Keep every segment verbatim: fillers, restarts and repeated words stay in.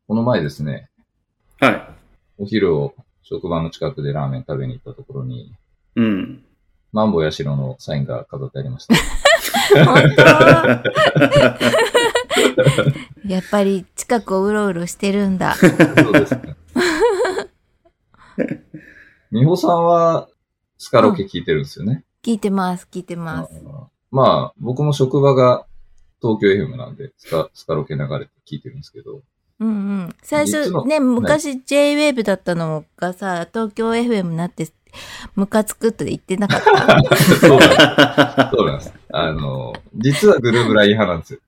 この前ですね。 はい。 お昼を職場の近くでラーメン食べに行ったところに、 うん。 マンボヤシロのサインが飾ってありました。 本当やっぱり近くをうろうろしてるんだ。 そうですね。美穂さんはスカロケ聞いてるんですよね。 うん、聞いてます、聞いてます。 あまあ、僕も職場が東京 エフエム なんでスカ、スカロケ流れて聞いてるんですけど。 うんうん。最初ね、昔 ジェイウェーブ だったのがさ、東京 エフエム になって、ムカつくって言ってなかったそうなんです。そうなんです。あの、実はグルーブライン派なんですよ。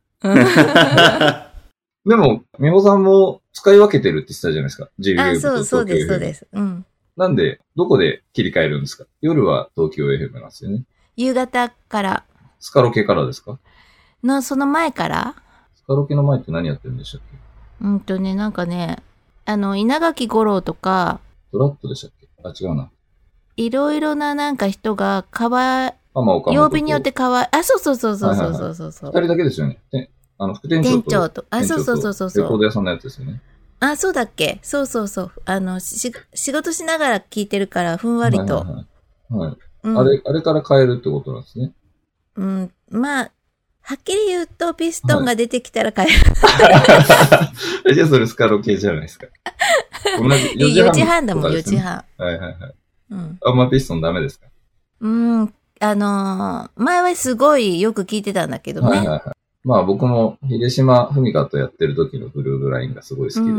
でも、美穂さんも使い分けてるって言ってたじゃないですか。ジェイウェーブ と東京 エフエム。 あ、そう、そうです、そうです。うん。 なんで、どこで切り替えるんですか？夜は東京 エフエム なんですよね。 夕方から。 スカロケからですか？ の、その前から？ スカロケの前って何やってるんでしたっけ？ うんとね、なんかね、あの、稲垣吾郎とか、 トラットでしたっけ？あ、違うな。 いろいろななんか人が変わ、 曜曜日によって変わ、あ、そうそうそうそうそうそうそうそう。 二人だけですよね。で、あの、副店長と。 店長と。あ、そうそうそうそうそう。 レコード屋さんのやつですよね。 あ、そうだっけ？そうそうそう。あの、し、仕事しながら聞いてるから、ふんわりと。 はいはいはい。はいうん、 あれ、あれから変えるってことなんですね。 うん。まあ、はっきり言うと、ピストンが出てきたら変える。 はい、じゃあそれスカロ系じゃないですか。同じよじはん、 よじはんだもん、よじはん。 はいはいはい。 うん。 あんまピストンダメですか？ うん。あのー、前はすごいよく聞いてたんだけどね。 はいはいはい。まあ僕も秀島文香とやってる時のグルーブラインがすごい好きで。うんうん。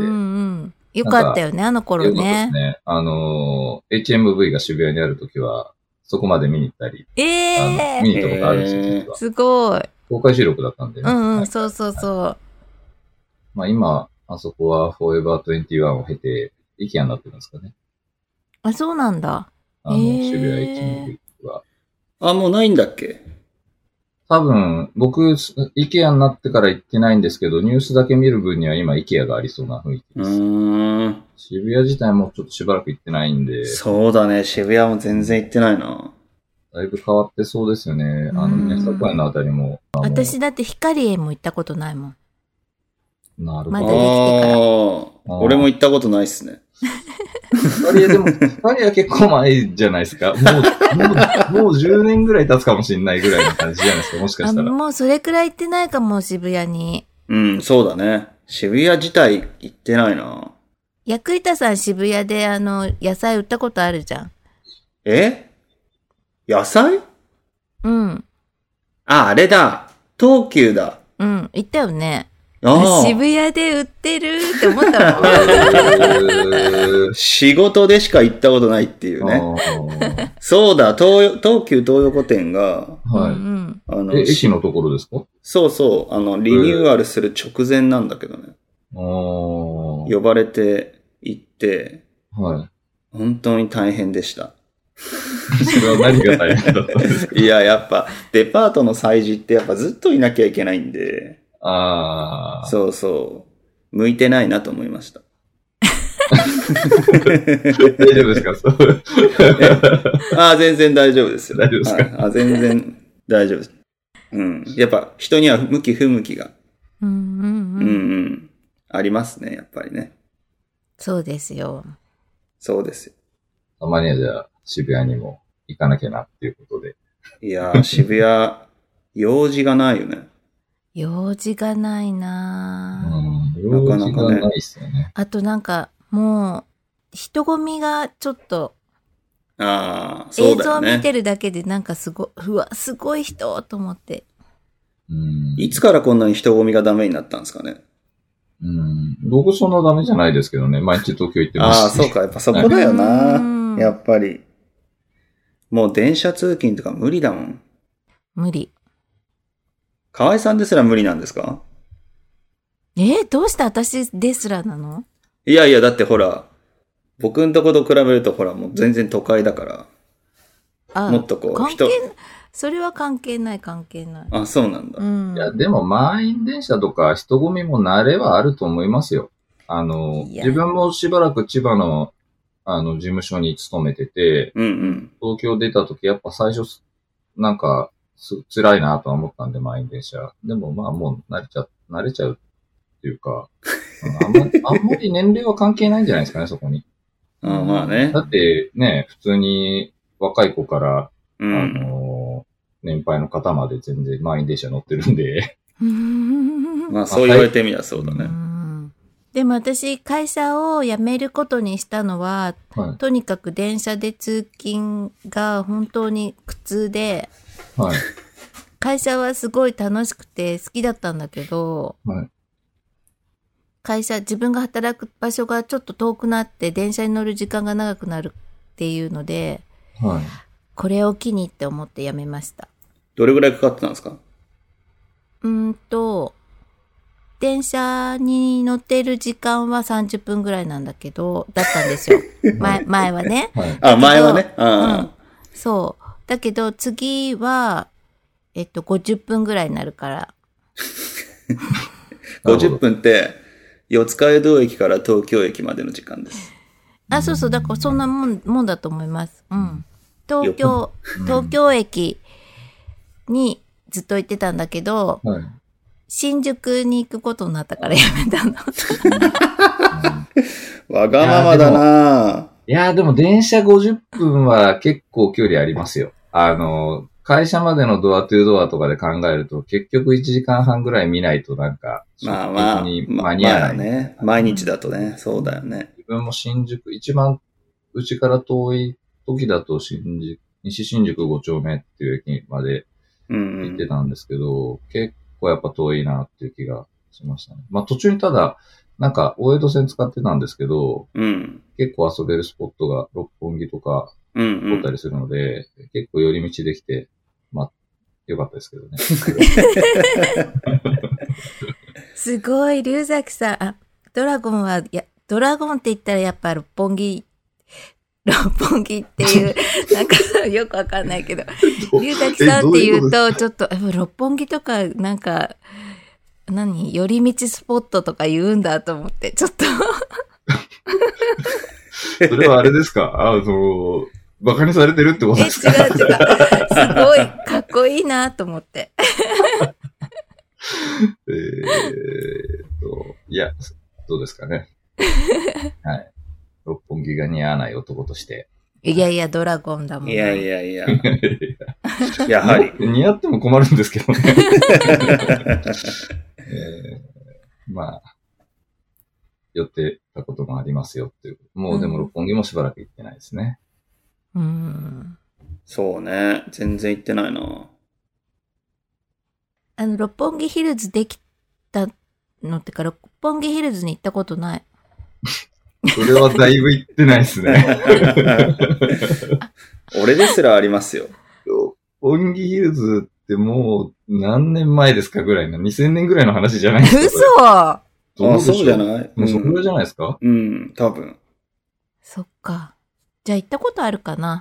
よかったよね、あの頃ね。 よかったですね。あのー、エイチエムブイ が渋谷にある時は、そこまで見に行ったり。 ええー、 見に行ったことあるんですよ、実は。 すごい。 公開収録だったんでね。 うんうん、 はい、 そうそうそう。 まあ今、あそこはフォーエバーにじゅういちを経て、イケアになってるんですかね。 あ、そうなんだ。 あの、渋谷 エイチエムブイ は。 あ、もうないんだっけ？ 多分、僕、イケアになってから行ってないんですけど、ニュースだけ見る分には今、イケアがありそうな雰囲気です。うーん。渋谷自体もちょっとしばらく行ってないんで。 そうだね、渋谷も全然行ってないな。 だいぶ変わってそうですよね。あのね、栄のあたりも。 私だって光へも行ったことないもん。 なるほど。 まだできてから。 あ俺も行ったことないっすね。 光栄でも、光栄は結構前じゃないですか。もう、もう、もうじゅうねんぐらい経つかもしれないぐらいの感じじゃないですか、もしかしたら。 あ、もうそれくらい行ってないかも、渋谷に。 うん、そうだね。渋谷自体行ってないな。 薬板さん渋谷であの、野菜売ったことあるじゃん。 え？野菜？ うん。 あ、あれだ。東急だ。 うん、行ったよね。 あ渋谷で売ってるって思ったもん。 仕事でしか行ったことないっていうね。そうだ、東、東急東横店が、 はい。あのえ、駅のところですか？ そうそう、あの、リニューアルする直前なんだけどね。呼ばれて行って、 はい。 本当に大変でした。 それは何が大変だったんですか？ いや、やっぱ、デパートの催事ってやっぱずっといなきゃいけないんで、 ああ。 そうそう。向いてないなと思いました。 大丈夫ですか？そうああ、全然大丈夫ですよ。 大丈夫ですか？ あ全然大丈夫です。うん。やっぱ人には向き不向きが。 うんうんうん。うんうん。ありますね、やっぱりね。 そうですよ。 そうですよ。 たまにはじゃあ渋谷にも行かなきゃなっていうことで。 いやー、渋谷、用事がないよね。 用事がないなぁ。うん、用事がないっすよね。 あとなんか、もう、人混みがちょっと、 ああ、そうだよね。 映像見てるだけでなんかすご、うわ、すごい人と思って。 うん。 いつからこんなに人混みがダメになったんですかね。 うん。僕そんなダメじゃないですけどね。毎日東京行ってますし。 ああ、そうか。やっぱそこだよな。やっぱり。もう電車通勤とか無理だもん。 無理。 河合さんですら無理なんですか？ えー、どうして私ですらなの？ いやいや、だってほら、僕んとこと比べるとほら、もう全然都会だから。あ、もっとこう、 関係、それは関係ない関係ない。 あ、そうなんだ。 うん、 いや、でも満員電車とか人混みも慣れはあると思いますよ。あの、自分もしばらく千葉の、あの、事務所に勤めてて、 うんうん、 東京出た時やっぱ最初、なんか、す、辛いなとは思ったんで、満員電車。でもまあもう慣れちゃ、慣れちゃうっていうか。 あんまり、あんまり年齢は関係ないんじゃないですかね、そこに。 うん、まあね。 だってね、普通に若い子から、 うん、 あの、年配の方まで全然満員電車乗ってるんで。 まあそう言われてみりゃそうだね。 うん、でも私、会社を辞めることにしたのは、はい、とにかく電車で通勤が本当に苦痛で、はい、会社はすごい楽しくて好きだったんだけど、はい、会社、自分が働く場所がちょっと遠くなって電車に乗る時間が長くなるっていうので、はい、これを機にって思って辞めました。 どれぐらいかかってたんですか？ うんと、電車に乗ってる時間はさんじゅっぷんぐらいなんだけど、だったんですよ。前、前はね。 はい、あ、前はね。あ、 うん。そう。だけど次は、えっと、ごじゅっぷんぐらいになるから。 ごじゅっぷんって、四街道駅から東京駅までの時間です。 あ、そうそう。だからそんなもん、もんだと思います。うん。東京、東京駅にずっと行ってたんだけど、はい、新宿に行くことになったからやめたの。 わがままだな。 いや、でも電車ごじゅっぷんは結構距離ありますよ。あの、会社までのドアトゥードアとかで考えると、結局いちじかんはんぐらい見ないとなんか、 まあまあ、 に間に合わない、 まあね。毎日だとね、そうだよね。 自分も新宿、一番うちから遠い時だと新宿、西新宿ご丁目っていう駅まで行ってたんですけど、うんうん、結構やっぱ遠いなっていう気がしましたね。まあ途中にただ、なんか大江戸線使ってたんですけど、うん、結構遊べるスポットが六本木とか取ったりするので、うんうん、結構寄り道できて、まあ、よかったですけどね。 すごい、龍崎さん。あ、ドラゴンは、いや、ドラゴンって言ったらやっぱ六本木、六本木っていう、なんかよくわかんないけど、龍崎さんって言うと、ちょっと、六本木とか、なんか、何寄り道スポットとか言うんだと思って、ちょっと。 それはあれですか？あの、バカにされてるってことですか？ え、違う違う。すごい、かっこいいなと思って。 えーっと、いや、どうですかね。はい。六本木が似合わない男として。 いやいや、ドラゴンだもん。 いやいやいや。やはり。 似合っても困るんですけどね。えー、まあ、寄ってたこともありますよっていう。もうでも六本木もしばらく行ってないですね。 うん。 そうね。全然行ってないな。 あの、六本木ヒルズできたのってか、六本木ヒルズに行ったことない。 それはだいぶ行ってないですね。 俺ですらありますよ。 六本木ヒルズってもう何年前ですかぐらいの、にせんねんぐらいの話じゃないですか。 嘘！ どうでしょう？ そうじゃない？ もうそこぐらいじゃないですか？ うん、うん、多分。 そっか。じゃあ行ったことあるかな？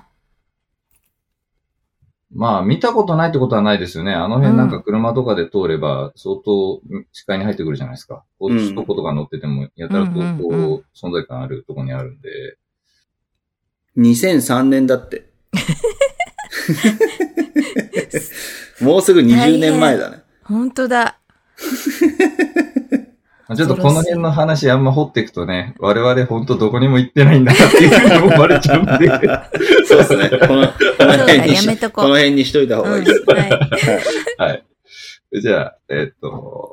まあ、見たことないってことはないですよね。あの辺なんか車とかで通れば相当視界に入ってくるじゃないですか。こう、首都高とか乗ってても、やたらとこう、存在感あるとこにあるんで。 にせんさんねんだって。もうすぐにじゅうねんまえだね。 本当だ。 ちょっとこの辺の話あんま掘っていくとね、我々ほんとどこにも行ってないんだなっていうふうに思われちゃうんで。 そうですね。この、この辺にし、この辺にしといた方がいいです。うん、はい。 はい。じゃあ、えー、っと、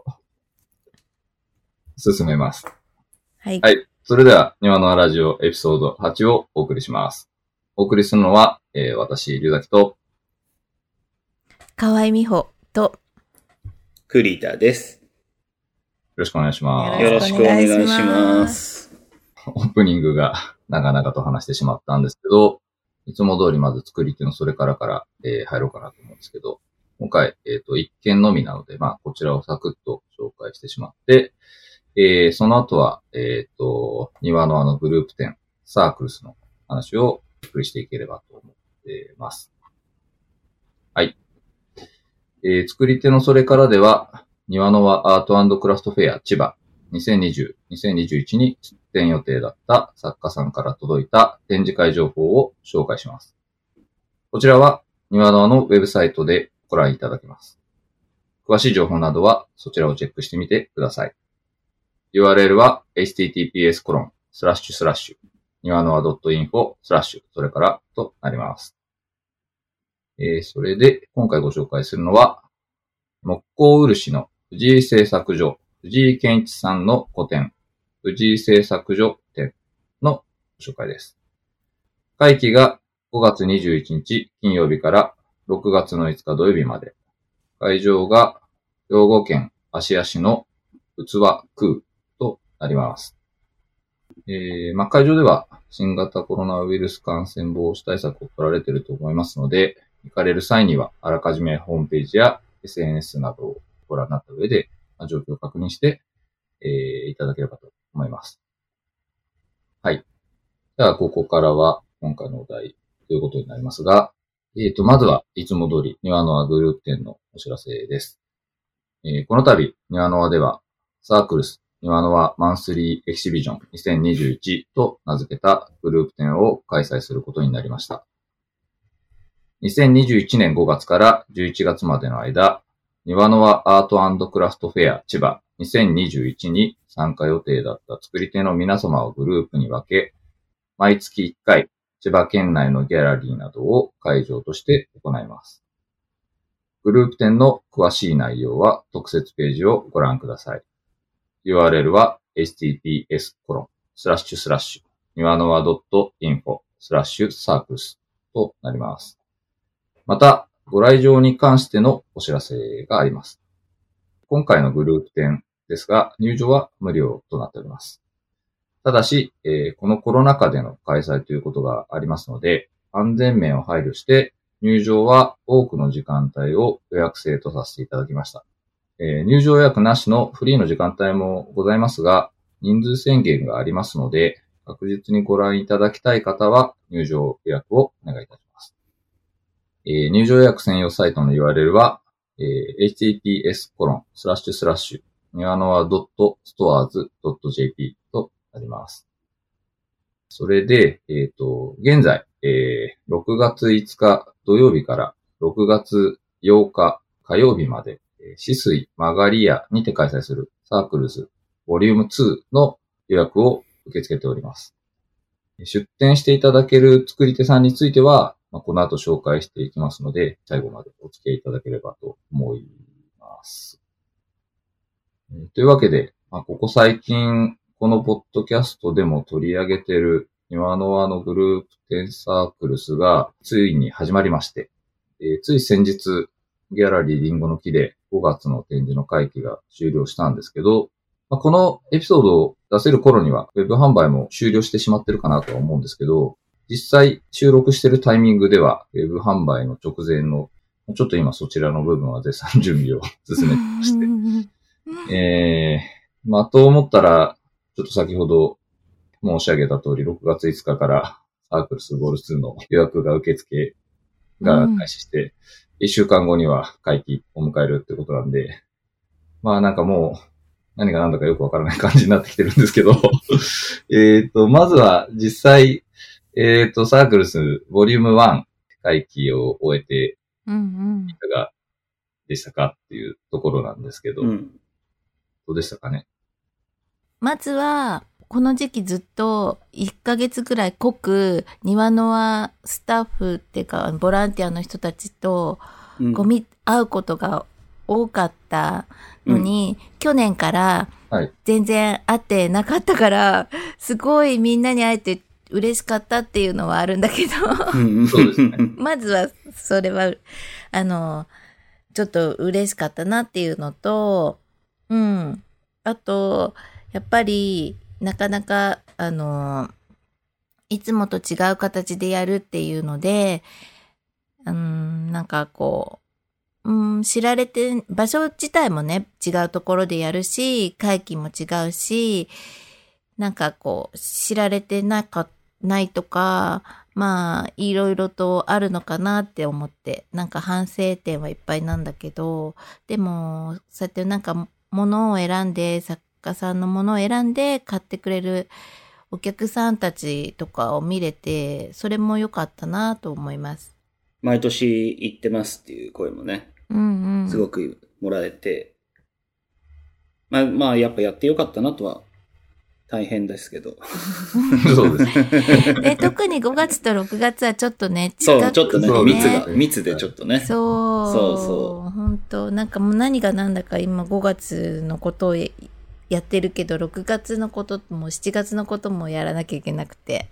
進めます。 はい。 はい。それでは、庭のラジオエピソードはちをお送りします。お送りするのは、えー、私、龍崎と、 河合美穂と、 栗田です。 よろしくお願いします。 よろしくお願いします。 オープニングが長々と話してしまったんですけど、いつも通りまず作り手のそれからから、えー、入ろうかなと思うんですけど、今回、えっと、一件のみなので、まあ、こちらをサクッと紹介してしまって、えー、その後は、えっと、庭のあのグループ展、サークルスの話をお送りしていければと思っています。はい。えー、作り手のそれからでは、庭の輪アート&クラフトフェア千葉にせんにじゅう、にせんにじゅういちに出展予定だった作家さんから届いた展示会情報を紹介します。こちらは庭の輪のウェブサイトでご覧いただけます。詳しい情報などはそちらをチェックしてみてください。 ユーアールエル は エイチティーティーピーエスコロンスラッシュスラッシュにわのわ .info スラッシュそれからとなります。えー、それで今回ご紹介するのは木工漆の藤井製作所藤井健一さんの個展藤井製作所展のご紹介です。会期がごがつにじゅういちにち金曜日からろくがつのいつか土曜日まで。会場が兵庫県芦屋市の器空となります。えー、まあ、会場では新型コロナウイルス感染防止対策を取られていると思いますので、行かれる際にはあらかじめホームページや エスエヌエス などをご覧になった上で、まあ、状況を確認して、えー、いただければと思います。はい。では、ここからは今回のお題ということになりますが、えっと、まずはいつも通り、庭の輪グループ展のお知らせです。えー、この度、庭の輪では、サークルス庭の輪マンスリーエキシビジョンにせんにじゅういちと名付けたグループ展を開催することになりました。にせんにじゅういちねんごがつからじゅういちがつまでの間、庭の輪アート&クラフトフェア千葉にせんにじゅういちに参加予定だった作り手の皆様をグループに分け、毎月いっかい、千葉県内のギャラリーなどを会場として行います。グループ展の詳しい内容は特設ページをご覧ください。ユーアールエル は エイチティーピーエスコロンスラッシュスラッシュにわのわ .info スラッシュサークルスとなります。また、ご来場に関してのお知らせがあります。今回のグループ展ですが、入場は無料となっております。ただし、えー、このコロナ禍での開催ということがありますので、安全面を配慮して入場は多くの時間帯を予約制とさせていただきました。えー、入場予約なしのフリーの時間帯もございますが、人数制限がありますので、確実にご覧いただきたい方は入場予約をお願いいたします。えー、入場予約専用サイトの ユーアールエル は、えー、エイチティーピーエスコロンスラッシュスラッシュにわのわ .stores.jp となります。それで、えっと、現在、えー、ろくがついつか土曜日からろくがつようか火曜日まで、シスイマガリアにて開催するサークルズボリュームツーの予約を受け付けております。出展していただける作り手さんについては、この後紹介していきますので、最後までお付き合いいただければと思います。というわけで、ここ最近、このポッドキャストでも取り上げている庭の輪のグループ展サークルスがついに始まりまして、つい先日、ギャラリーリンゴの木でごがつの展示の会期が終了したんですけど、まあ、このエピソードを出せる頃にはウェブ販売も終了してしまってるかなとは思うんですけど、実際収録してるタイミングではウェブ販売の直前のちょっと今そちらの部分は絶賛準備を進めてまして、えー、まあと思ったらちょっと先ほど申し上げた通りろくがついつかからサークルスボルツーの予約が受付が開始して、うん一週間後には会期を迎えるってことなんで、まあなんかもう何が何だかよくわからない感じになってきてるんですけど、えっと、まずは実際、えっと、サークルスボリュームワン会期を終えて、いかがでしたかっていうところなんですけど、うん、どうでしたかね。 まずは、この時期ずっといっかげつぐらい濃く庭の輪スタッフっていうかボランティアの人たちとゴミ会うことが多かったのに、うん、去年から全然会ってなかったから、はい、すごいみんなに会えて嬉しかったっていうのはあるんだけどそうですね、 まずはそれはあのちょっと嬉しかったなっていうのと、うん、あとやっぱりなかなか、あの、いつもと違う形でやるっていうので、うん、なんかこう、うん、知られて、場所自体もね、違うところでやるし、会期も違うし、なんかこう、知られてなか、ないとか、まあ、いろいろとあるのかなって思って、なんか反省点はいっぱいなんだけど、でも、そうやってなんか、物を選んで、作家さんのものを選んで買ってくれるお客さんたちとかを見れて、それも良かったなと思います。 毎年行ってますっていう声もね、 うんうん、 すごくもらえて、 まあ、まあ、やっぱやってよかったなとは、大変ですけど。 そうですね。 で、特にごがつとろくがつはちょっとね、 近くて、ね、そう、ちょっとね、密が、密でちょっとね。 そう。 そうそう。 本当なんかもう何が何だか今ごがつのことをやってるけど、ろくがつのこともしちがつのこともやらなきゃいけなくて。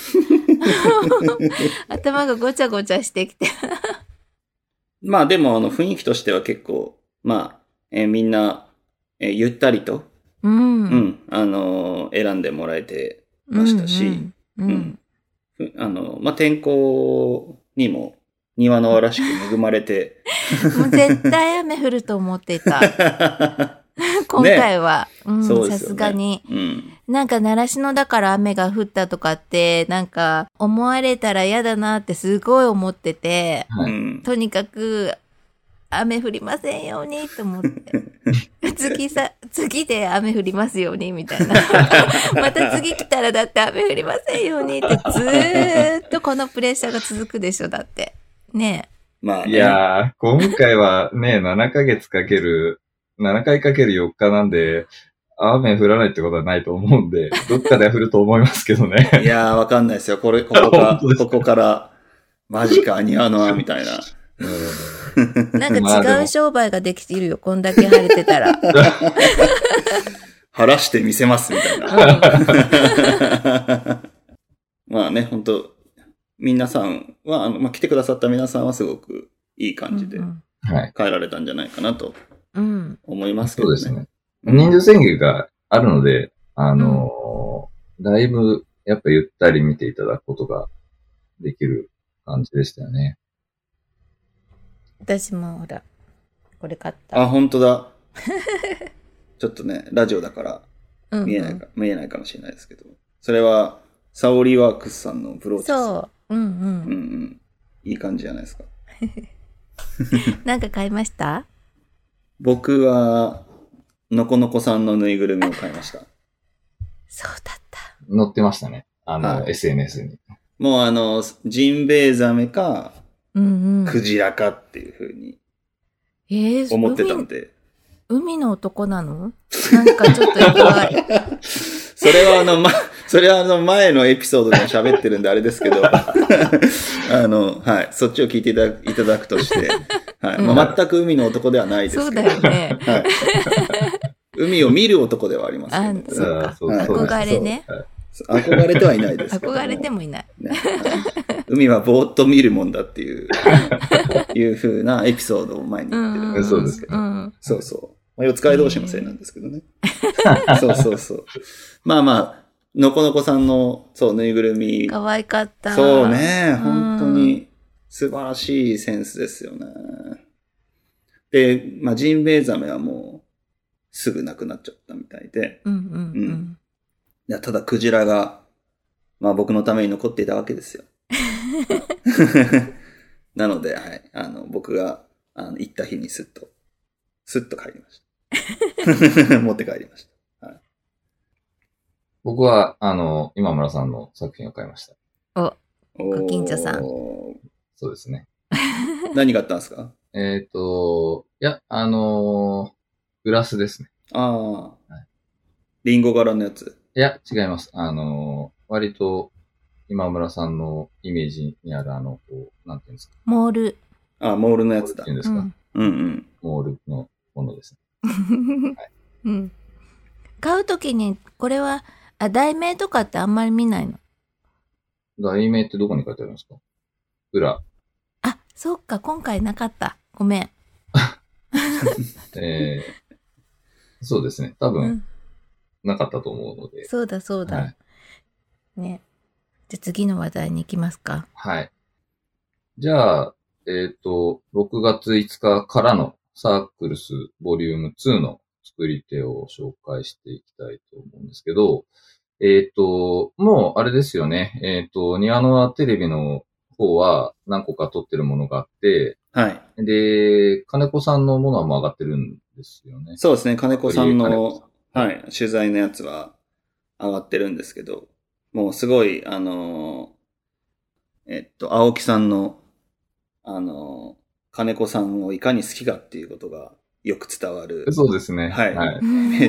頭がごちゃごちゃしてきて。 まあでも、あの、雰囲気としては結構、まあ、えー、みんな、えー、ゆったりと、 うん。 うん。あのー、選んでもらえてましたし、うんうん。うん。あの、まあ、天候にも庭のらしく恵まれて。 もう絶対雨降ると思っていた。今回は。ね、うん、さすがに。うん。なんか、習志野だから雨が降ったとかって、なんか、思われたら嫌だなってすごい思ってて、 うん、 とにかく、雨降りませんようにと思って。次さ、次で雨降りますようにみたいな。また次来たらだって雨降りませんようにってずーっとこのプレッシャーが続くでしょ、だって。ねえ。 まあ、ね、 いやー、今回はね、ななかげつかける、ななかいかけるよっかなんで、雨降らないってことはないと思うんで、どっかで降ると思いますけどね。 いやー、わかんないですよ。これ、ここか、ここから、マジか、庭のみたいな。 なんか違う商売ができているよ、こんだけ晴れてたら。 晴らしてみせますみたいな。まあね、本当皆さんは、あの、まあ、来てくださった皆さんはすごくいい感じで帰られたんじゃないかなと思いますけどね。 うん、そうですね。人数制限があるので、あの、うん、だいぶやっぱゆったり見ていただくことができる感じでしたよね。 私もほら、これ買った。 あ、本当だ。ちょっとね、ラジオだから見えないか、うんうん、見えないかもしれないですけど。それは、サオリワークスさんのブローチです。 そう。うんうん。うんうん。いい感じじゃないですか。 なんか買いました？ 僕は、のこのこさんのぬいぐるみを買いました。 そうだった。 載ってましたね。あの、はい、エスエヌエス に。 もうあの、ジンベエザメか、 うんうん、 クジラかっていう風に思ってたんで、 えー、海, 海の男なの？なんかちょっと意外。 それはあの、ま、それはあの前のエピソードでも喋ってるんであれですけど、あの、はい、そっちを聞いていただいただくとして、はい、まあ、全く海の男ではないですけど、 そうだよね。 はい、海を見る男ではありますけど、ね、 あ、そうか。そう憧れね。 憧れてはいないですけど。 憧れてもいない。 ね、海はぼーっと見るもんだっていう、いう風なエピソードを前に言ってるんですけど。 そうですけど。 そうそう。まあ、四つ替同士のせいなんですけどね。そうそうそう。まあまあ、のこのこさんの、そう、ぬいぐるみ。 可愛かった。 そうね。本当に素晴らしいセンスですよね。で、まあ、ジンベエザメはもう、すぐ亡くなっちゃったみたいで。 うんうんうん。うんいやただクジラが、まあ僕のために残っていたわけですよ。なので、はい。あの、僕が、あの、行った日にスッと、スッと帰りました。持って帰りました。はい、 僕は、あの、今村さんの作品を買いました。 お、ご近所さん。 そうですね。 何買ったんですか？ えっと、いや、あのー、グラスですね。 ああ。はい、リンゴ柄のやつ。 いや、違います。あのー、割と、今村さんのイメージにあるあの、こう、なんていうんですか。 モール。 あ、モールのやつだ。 っていうんですか。うん、 うんうん。 モールのものですね。はい、うん。買うときに、これは、あ、題名とかってあんまり見ないの？ 題名ってどこに書いてあるんですか？裏。 あ、そっか、今回なかった。ごめん。 えー、そうですね。多分、うんなかったと思うので。 そうだそうだ。はい、ね。じゃあ次の話題に行きますか。 はい。じゃあ、えっと、ろくがついつかからのサークルスボリュームツーの作り手を紹介していきたいと思うんですけど、えっと、もうあれですよね。えっと、ニワノワテレビの方は何個か撮ってるものがあって、 はい。 で、金子さんのものはもう上がってるんですよね。 そうですね。金子さんの、はい、取材のやつは上がってるんですけど、もうすごい、あのー、えっと、青木さんの、あのー、金子さんをいかに好きかっていうことがよく伝わる。 そうですね。 はい。はい、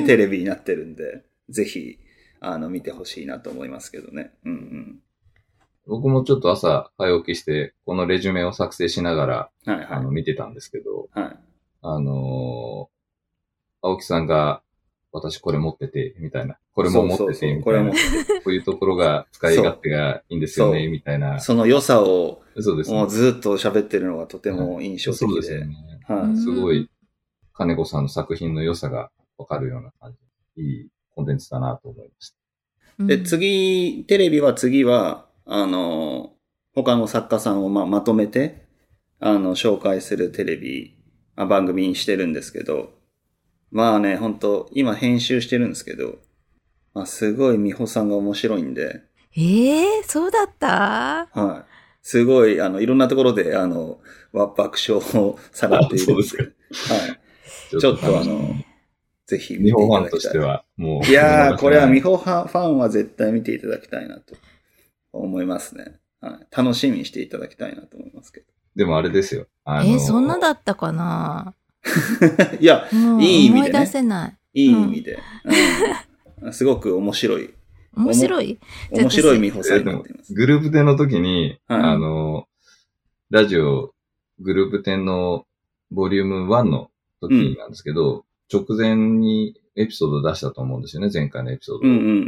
テレビになってるんで、ぜひ、あの、見てほしいなと思いますけどね。うんうん。 僕もちょっと朝早起きして、このレジュメを作成しながら、はいはい、あの、見てたんですけど、はい、あのー、青木さんが、私これ持ってて、みたいな。これも持ってて、みたいな。こういうところが使い勝手がいいんですよね、みたいな。 その良さを、そうですね。もうずっと喋ってるのがとても印象的で。そうですよね。 はい。すごい、金子さんの作品の良さがわかるような感じ。いいコンテンツだなと思いました。 で、次、テレビは次は、あの、他の作家さんをまあまとめて、あの、紹介するテレビ、まあ、番組にしてるんですけど、まあね、本当今編集してるんですけど、まあすごい美穂さんが面白いんで。 ええー、そうだった？ はい。すごい、あの、いろんなところで、あの、爆笑をされているんですけど。はい。ちょっとあの、ぜひ見ていただきたい。 美穂ファンとしては、もう。 いやー、これは美穂ファンは絶対見ていただきたいなと思いますね。はい。楽しみにしていただきたいなと思いますけど。 でもあれですよ。 あのー、えー、そんなだったかないや、いい意味で、ね。 思い出せない。 いい意味で。うん、すごく面白い。 面白い面白い美穂さんになっています。 グループ展の時に、はい、あの、ラジオ、グループ展のボリュームワンの時なんですけど、うん、直前にエピソードを出したと思うんですよね、前回のエピソード。 うんうんうん、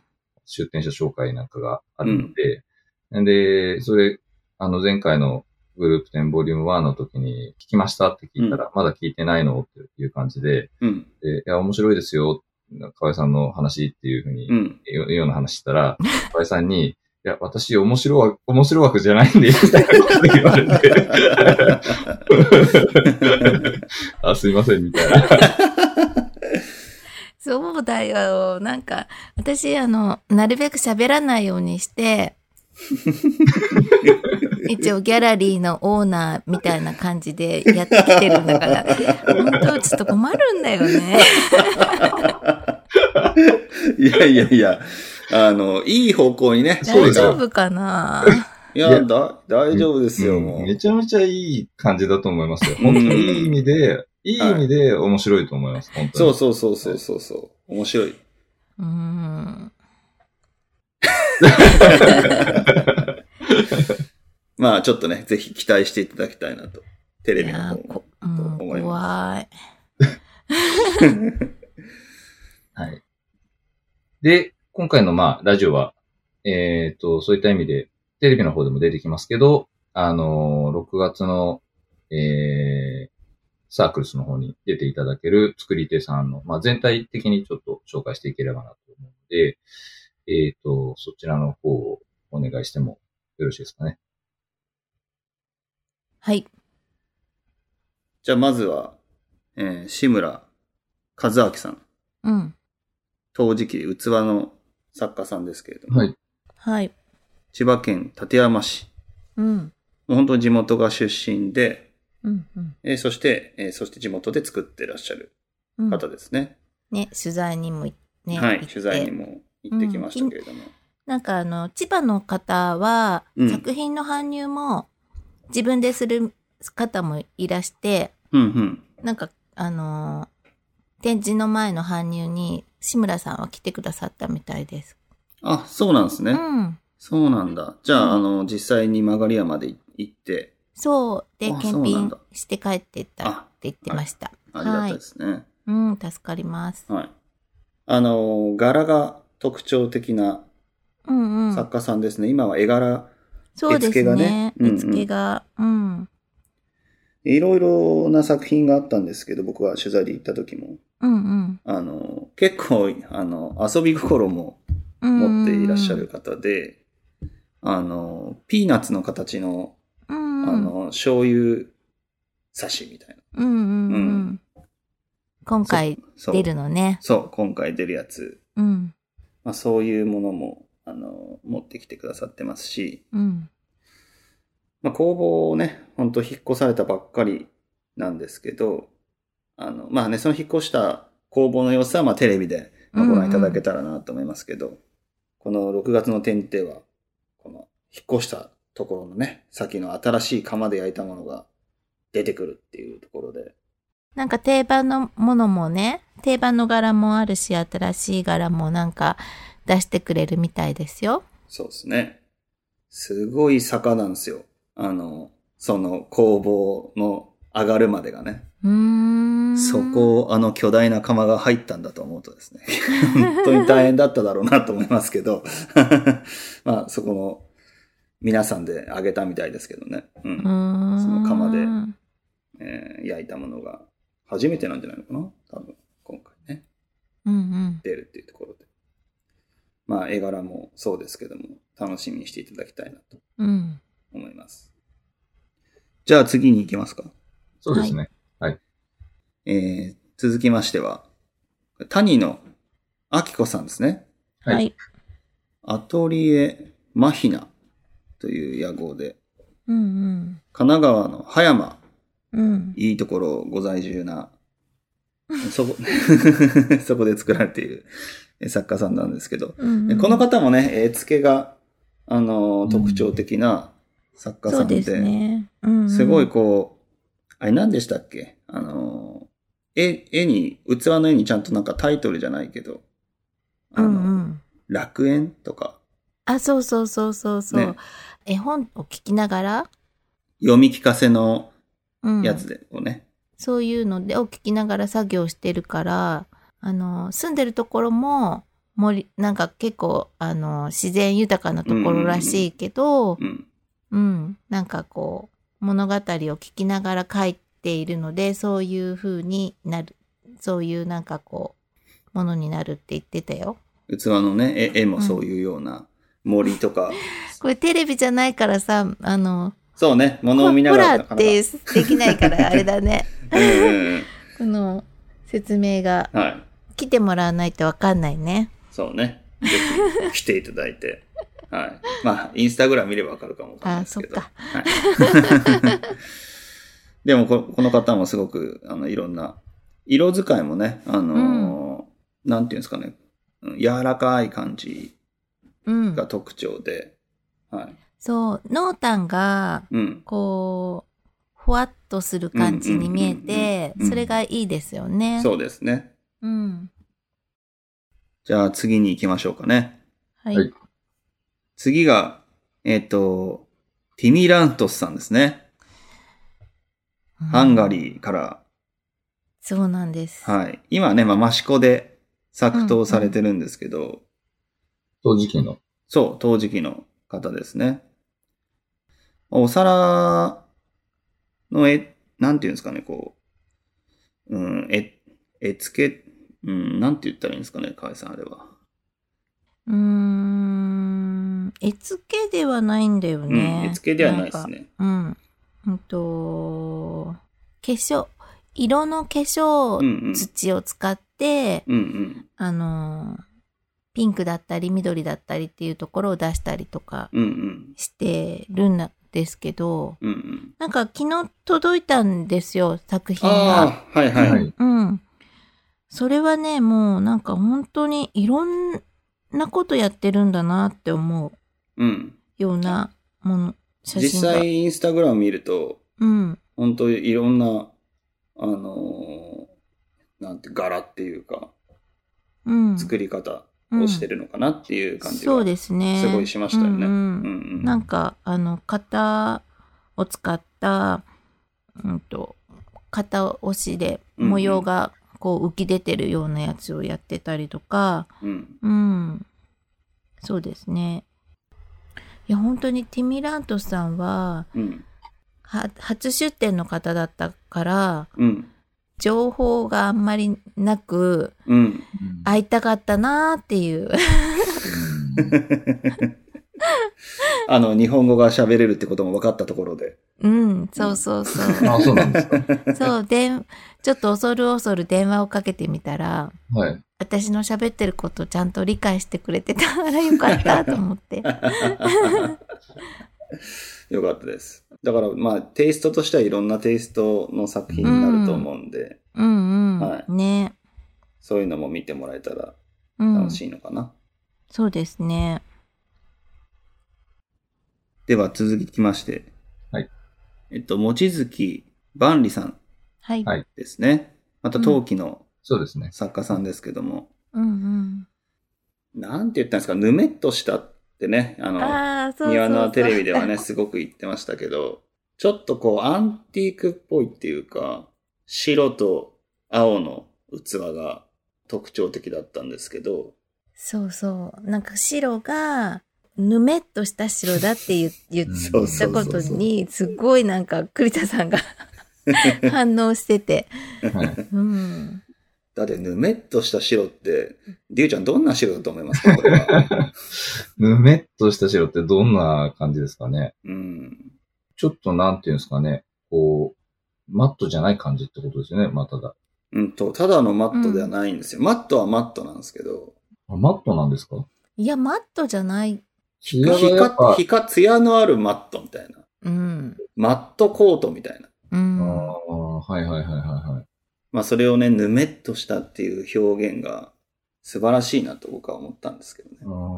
出展者紹介なんかがあるので、うん、で、それ、あの前回のグループ展ボリュームワンの時に聞きましたって聞いたら、うん、まだ聞いてないのっていう感じで、うん、でいや、面白いですよ、河合さんの話っていうふうに、うん、いうような話したら、河合さんに、いや、私面白枠、面白枠じゃないんで、みたいなこと言われて、あ、すいません、みたいな。 そうだよ。なんか、私、あの、なるべく喋らないようにして、一応ギャラリーのオーナーみたいな感じでやってきてるんだから、本当ちょっと困るんだよね。 いやいやいや、あの、いい方向にね。 大丈夫かないや、だ、大丈夫ですよ、もう。 めちゃめちゃいい感じだと思いますよ。本当にいい意味で、いい意味で面白いと思います、本当に。そうそうそうそうそう。面白い。 うーん。 まあちょっとね、ぜひ期待していただきたいなと。テレビの方もと思います。 怖い。はい。で、今回のまあラジオは、えっと、そういった意味でテレビの方でも出てきますけど、あのー、ろくがつの、えー、サークルスの方に出ていただける作り手さんの、まあ全体的にちょっと紹介していければなと思うので、えっと、そちらの方をお願いしてもよろしいですかね。 はい。 じゃあまずは、えー、志村和明さん。 うん。 陶磁器で器の作家さんですけれども。 はい。 はい。 千葉県館山市。 うん。 もう本当に地元が出身で、 うんうんえー、そして、えー、そして地元で作ってらっしゃる方ですね。 うん、ね、取材にもね。 はい、取材にも行ってきましたけれども。うん、 なんかあの、千葉の方は、作品の搬入も自分でする方もいらして、 うんうん、 なんかあのー、展示の前の搬入に志村さんは来てくださったみたいです。 あ、そうなんですね。 うん。 そうなんだ。じゃあ、うん、あの、実際に曲山で行って。 そう。で、検品して帰っていったって言ってました。 あ、ありがたいですね、はい。 うん、助かります。 はい。あの、柄が特徴的な作家さんですね。うんうん、今は絵柄、 そうですね。絵付けがね。絵付けが、うん、うん。 いろいろな作品があったんですけど、僕は取材で行った時も。 うんうん。 あの、結構、あの、遊び心も持っていらっしゃる方で、あの、ピーナッツの形の、 うんうん、 あの、醤油差しみたいな。 うんうんうん。うん、今回出るのね。 そう、そう今回出るやつ。 うん。 まあ、そういうものも、あの、持ってきてくださってますし、 うん。 まあ、工房をね、ほんと引っ越されたばっかりなんですけど、あの、まあね、その引っ越した工房の様子は、まあテレビでご覧いただけたらなと思いますけど、うんうん、このろくがつの展では、この引っ越したところのね、先の新しい窯で焼いたものが出てくるっていうところで、 なんか定番のものもね、定番の柄もあるし、新しい柄もなんか出してくれるみたいですよ。 そうですね。すごい坂なんですよ。あの、その工房の上がるまでがね。 うーん。 そこをあの巨大な窯が入ったんだと思うとですね。本当に大変だっただろうなと思いますけど。まあそこも皆さんであげたみたいですけどね。うん。 うーんその窯で、えー焼いたものが初めてなんじゃないのかな多分今回ね。 うんうん。 出るっていうところで。まあ絵柄もそうですけども楽しみにしていただきたいなとうん。 思います。じゃあ次に行きますか。 そうですね。はい。 えー、続きましては、谷野明子さんですね。 はい。 はい。 アトリエマヒナという屋号で、 うんうん。 神奈川の葉山、 うん。 いいところご在住な、そこ、そこで作られている作家さんなんですけど、 うんうん、 この方もね、絵付けが、あの、特徴的な作家さんで、 そうですね。うんうん、 すごいこう、あれ何でしたっけあの、絵、絵に、器の絵にちゃんとなんかタイトルじゃないけど、あの、 うんうん、 楽園とか。 あ、そうそうそうそうそう、ね。絵本を聞きながら読み聞かせのやつで、 うん、 ね。 そういうのでを聞きながら作業してるから、あの、住んでるところも森、なんか結構、あの、自然豊かなところらしいけど、 うん、うんうん、なんかこう、物語を聞きながら書いているので、そういう風になる、そういうなんかこう、ものになるって言ってたよ。 器のね、絵もそういうような森とか。うん、 これテレビじゃないからさ、あの、 そうね、物を見ながら。 ほらってできないからあれだね。うんこの説明が、はい、来てもらわないとわかんないね。 そうね。ぜひ来ていただいて。はい。まあ、インスタグラム見ればわかるかもわかんないですけど。あ、そっか。はい、でもこ、この方もすごく、あの、いろんな、色使いもね、あのーうん、なんていうんですかね、柔らかい感じが特徴で、うん、はい。 そう、濃淡が、こう、ふわっとする感じに見えて、それがいいですよね。 そうですね。 うん。 じゃあ次に行きましょうかね。 はい。 次が、えっと、ティミラントスさんですね。うん、ハンガリーから。 そうなんです。 はい。今ね、まあ、益子で作陶されてるんですけど。うんうん、 陶磁器の。 そう、陶磁器の方ですね。お皿の絵、なんていうんですかね、こう、うん、絵、絵付け、うん、なんて言ったらいいんですかね、河合さん、あれは。 うーん、絵付けではないんだよね。 うん、絵付けではないですね。 うん。うんと、化粧、色の化粧土を使って、 うんうん、 あの、ピンクだったり緑だったりっていうところを出したりとかしてるんですけど、 うんうん、 なんか昨日届いたんですよ、作品が。 ああ、はいはい。 うん。それはね、もうなんか本当にいろんなことやってるんだなって思うようなもの、うん、写真が。 実際インスタグラム見ると、 うん、 本当にいろんな、あのー、なんて柄っていうか、 うん、 作り方をしてるのかなっていう感じが、 そうですね。 すごいしましたよね。 うんうんうん、なんかあの型を使った、うんと、型押しで模様がこう浮き出てるようなやつをやってたりとか、 うん、 うん、そうですね。いや本当にティミラントさんは、 うん、 は初出展の方だったから、 うん、 情報があんまりなく、 うん、 会いたかったなーっていう。 あの、日本語が喋れるってことも分かったところで。 うん、そうそうそう。 あ、そうなんですか。 そう、で、ちょっと恐る恐る電話をかけてみたら、 はい。 私の喋ってることをちゃんと理解してくれてたからよかったと思って。 よかったです。だから、まあ、テイストとしてはいろんなテイストの作品になると思うんで。 うん、うん、うん、 はい。 ね。 そういうのも見てもらえたら楽しいのかな。うん、 そうですね。 では続きまして。 はい。 えっと、望月万里さん。 はい。 ですね。また陶器のそうですね。 作家さんですけども。 うんうん。 なんて言ったんですか、ぬめっとしたってね、あの、 あそうそうそう庭のテレビではね、すごく言ってましたけど、ちょっとこう、アンティークっぽいっていうか、白と青の器が特徴的だったんですけど。 そうそう。なんか白が、ぬめっとした白だって言言ったことに、すごいなんか栗田さんが反応してて。うん、 だってぬめっとした白って、りゅうちゃんどんな白だと思いますかこれは。 ぬめっとした白ってどんな感じですかね。 うん、 ちょっとなんていうんですかね。こう、マットじゃない感じってことですよね、まあ、ただ。 うんと、ただのマットではないんですよ。うん、マットはマットなんですけど。 あ、マットなんですか？ いや、マットじゃない。 ひか、ひか、艶のあるマットみたいな。 うん。 マットコートみたいな。 うん。 ああ、はいはいはいはいはい。 まあそれをね、ぬめっとしたっていう表現が素晴らしいなと僕は思ったんですけどね。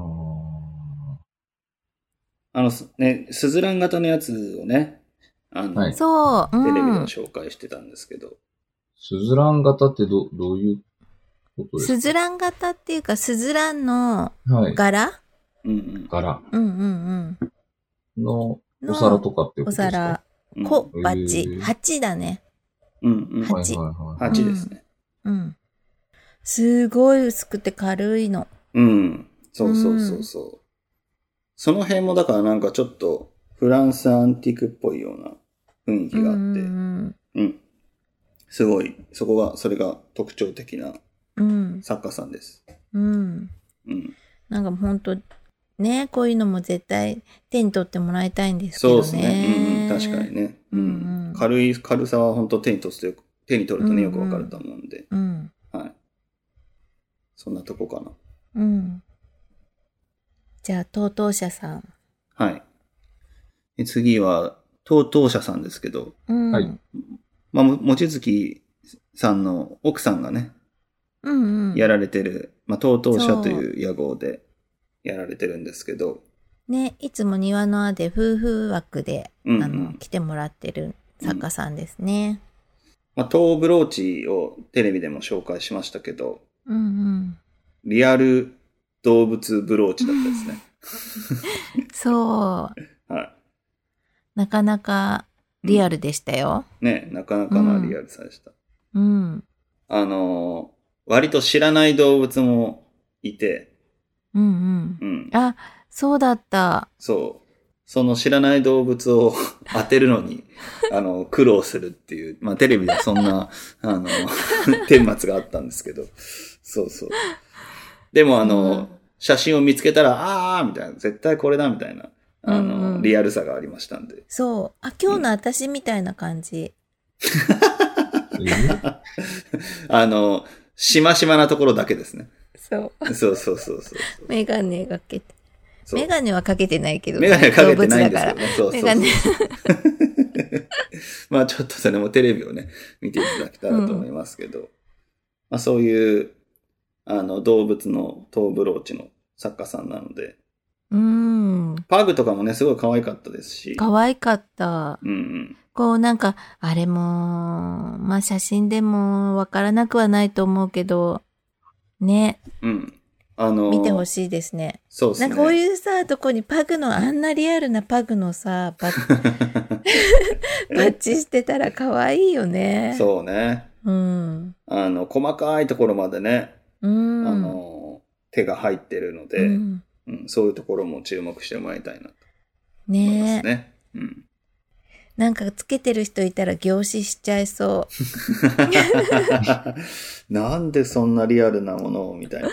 あ, あのね、スズラン型のやつをね、あの、はい、 そう、 テレビでも紹介してたんですけど。 スズラン型ってど、どういうことですか？ スズラン型っていうか、スズランの柄、はい、 うんうん、 柄。 うんうんうん。の、お皿とかっていうことですか？お皿。小鉢。鉢だね。 うんうん。 鉢。 鉢ですね。 うん。うん。すごい薄くて軽いの。 うん。そうそうそうそう。うん、その辺もだからなんかちょっとフランスアンティークっぽいような雰囲気があって。うん、うん。すごい、そこが、それが特徴的な作家さんです。 うん。うん。なんか本当ね、こういうのも絶対手に取ってもらいたいんですけどね。 そうですね。うん、確かにね。うんうん、軽い、軽さは本当手に取ると、手に取るとね、よくわかると思うんで。 うん、 はい。そんなとこかな。 うん。じゃあ、とうとう社さん。 はい。次は、とうとう社さんですけど。 うん、 はい。 まあ、もちづきさんの奥さんがね、 うんうん、 やられてる、まあ、とうとう社という屋号でやられてるんですけど。 ね、いつも庭の輪で夫婦枠で、うんうん、あの、来てもらってる作家さんですね。 うん、まあ、トーブローチをテレビでも紹介しましたけど、 うんうん、 リアル動物ブローチだったですね。そう。 はい。 なかなかリアルでしたよ。 うん、ね、なかなかなリアルさでした。 うん。うん、 あの、割と知らない動物もいて、 うんうん。うん、あ、そうだった。 そう。その知らない動物を当てるのに、あの、苦労するっていう、まあテレビでそんな、あの、顛末があったんですけど、そうそう。でもあの、うん、写真を見つけたら、あーみたいな、絶対これだみたいな、あの、うんうん、リアルさがありましたんで。 そう。あ、今日の私みたいな感じ。 うん、あの、しましまなところだけですね。 そう。 そうそうそうそう。 メガネがけて。メガネはかけてないけど、 ね。メガネはかけてないんですけどね。そうそうそう。 メガネまあちょっとそれもテレビをね、見ていただけたらと思いますけど。うん、まあそういう、あの、動物のトーブローチの作家さんなので。 うん。 パグとかもね、すごい可愛かったですし。 可愛かった。 うんうん。 こうなんか、あれも、まあ写真でもわからなくはないと思うけど、ね。 うん。あのー、 見てほしいですね。 そうですね。 なんかこういうさ、とこにパグの、あんなリアルなパグのさ、バッ、バッチしてたら可愛いよね。 そうね。 うん。 あの、細かいところまでね、 うん、 あの、手が入ってるので、うんうん、そういうところも注目してもらいたいなと思いますね。ね。うん。 なんかつけてる人いたら凝視しちゃいそう。 なんでそんなリアルなものをみたいな。